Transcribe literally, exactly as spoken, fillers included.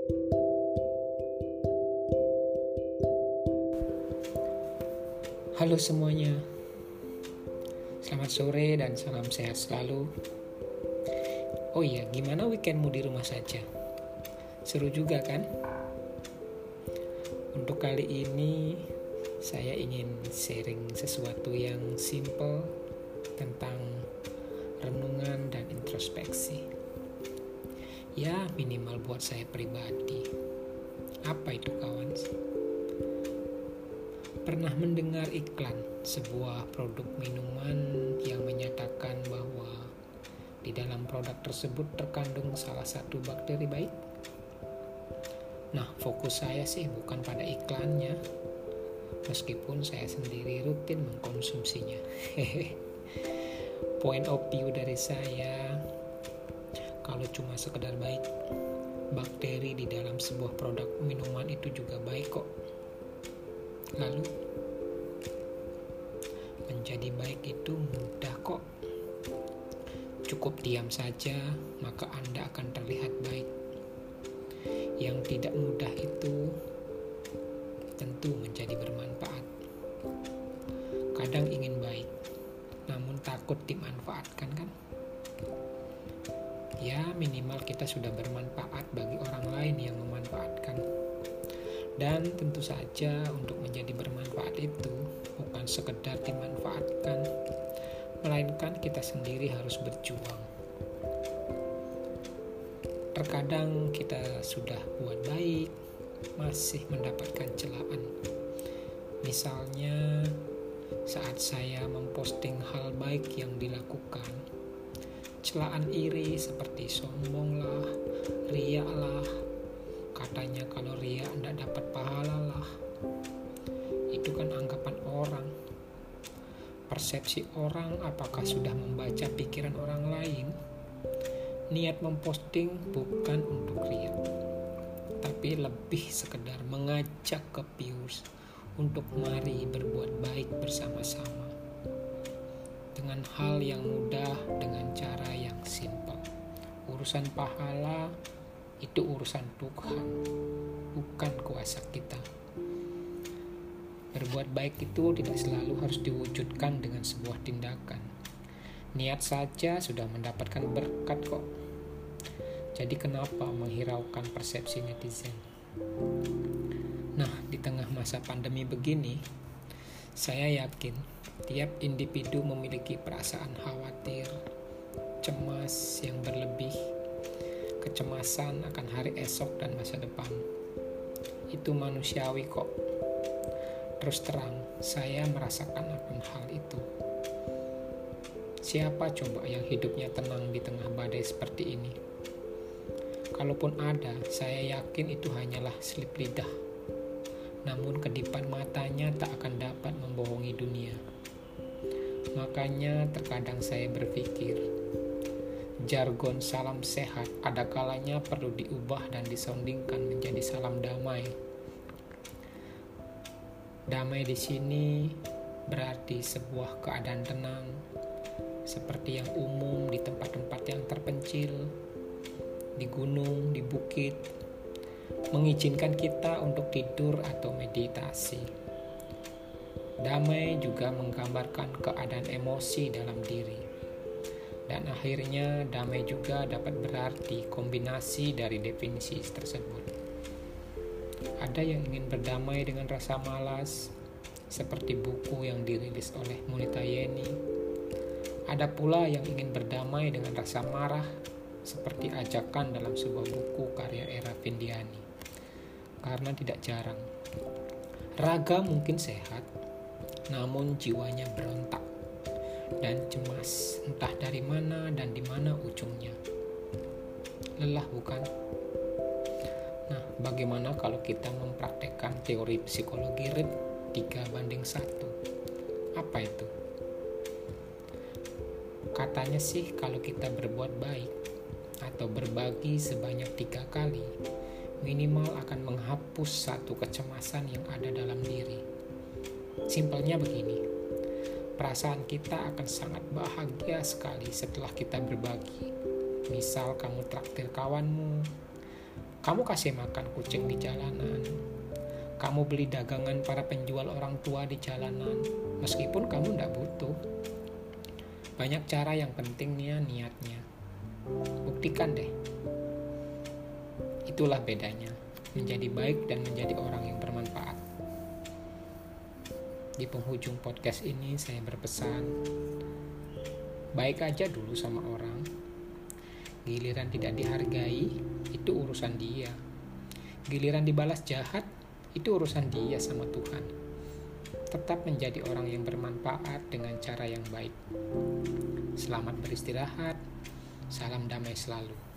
Halo semuanya, selamat sore dan salam sehat selalu. Oh iya, gimana weekendmu di rumah saja? Seru juga kan? Untuk kali ini saya ingin sharing sesuatu yang simple tentang renungan dan introspeksi. Ya, minimal buat saya pribadi. Apa itu kawan? Pernah mendengar iklan sebuah produk minuman yang menyatakan bahwa di dalam produk tersebut terkandung salah satu bakteri baik? Nah, fokus saya sih bukan pada iklannya, meskipun saya sendiri rutin mengkonsumsinya. Point of view dari saya, kalau cuma sekedar baik, bakteri di dalam sebuah produk minuman itu juga baik kok. Lalu, menjadi baik itu mudah kok. Cukup diam saja, maka Anda akan terlihat baik. Yang tidak mudah itu tentu menjadi bermanfaat. Kadang ingin baik, namun takut dimanfaatkan kan? Ya, minimal kita sudah bermanfaat bagi orang lain yang memanfaatkan. Dan tentu saja untuk menjadi bermanfaat itu bukan sekedar dimanfaatkan, melainkan kita sendiri harus berjuang. Terkadang kita sudah buat baik, masih mendapatkan celaan. Misalnya saat saya memposting hal baik yang dilakukan, celaan iri seperti sombong lah, riak lah, katanya kalau ria anda dapat pahala lah. Itu kan anggapan orang, persepsi orang. Apakah sudah membaca pikiran orang lain? Niat memposting bukan untuk ria, tapi lebih sekedar mengajak ke viewers untuk mari berbuat baik bersama-sama dengan hal yang mudah, dengan cara yang simpel. Urusan pahala itu urusan Tuhan, bukan kuasa kita. Berbuat baik itu tidak selalu harus diwujudkan dengan sebuah tindakan. Niat saja sudah mendapatkan berkat kok. Jadi kenapa menghiraukan persepsi netizen? Nah, di tengah masa pandemi begini, saya yakin tiap individu memiliki perasaan khawatir, cemas yang berlebih, kecemasan akan hari esok dan masa depan. Itu manusiawi kok. Terus terang, saya merasakan akan hal itu. Siapa coba yang hidupnya tenang di tengah badai seperti ini? Kalaupun ada, saya yakin itu hanyalah selip lidah. Namun kedipan matanya tak akan dapat membohongi dunia. Makanya terkadang saya berpikir, jargon salam sehat ada kalanya perlu diubah dan disoundingkan menjadi salam damai. Damai di sini berarti sebuah keadaan tenang, seperti yang umum di tempat-tempat yang terpencil, di gunung, di bukit, mengizinkan kita untuk tidur atau meditasi. Damai juga menggambarkan keadaan emosi dalam diri. Dan akhirnya damai juga dapat berarti kombinasi dari definisi tersebut. Ada yang ingin berdamai dengan rasa malas, seperti buku yang dirilis oleh Munita Yeni. Ada pula yang ingin berdamai dengan rasa marah, seperti ajakan dalam sebuah buku karya Era Vindiani. Karena tidak jarang, raga mungkin sehat, namun jiwanya berontak dan cemas, entah dari mana dan di mana ujungnya. Lelah bukan? Nah, bagaimana kalau kita mempraktekkan teori psikologi R I P tiga banding satu? Apa itu? Katanya sih kalau kita berbuat baik atau berbagi sebanyak tiga kali, minimal akan menghapus satu kecemasan yang ada dalam diri. Simpelnya begini, perasaan kita akan sangat bahagia sekali setelah kita berbagi. Misal kamu traktir kawanmu, Kamu kasih makan kucing di jalanan. Kamu beli dagangan para penjual orang tua di jalanan, meskipun kamu tidak butuh. Banyak cara, yang pentingnya niatnya. Buktikan deh. Itulah bedanya, menjadi baik dan menjadi orang yang bermanfaat. Di penghujung podcast ini saya berpesan, baik aja dulu sama orang. Giliran tidak dihargai, itu urusan dia. Giliran dibalas jahat, itu urusan dia sama Tuhan. Tetap menjadi orang yang bermanfaat dengan cara yang baik. Selamat beristirahat. Salam damai selalu.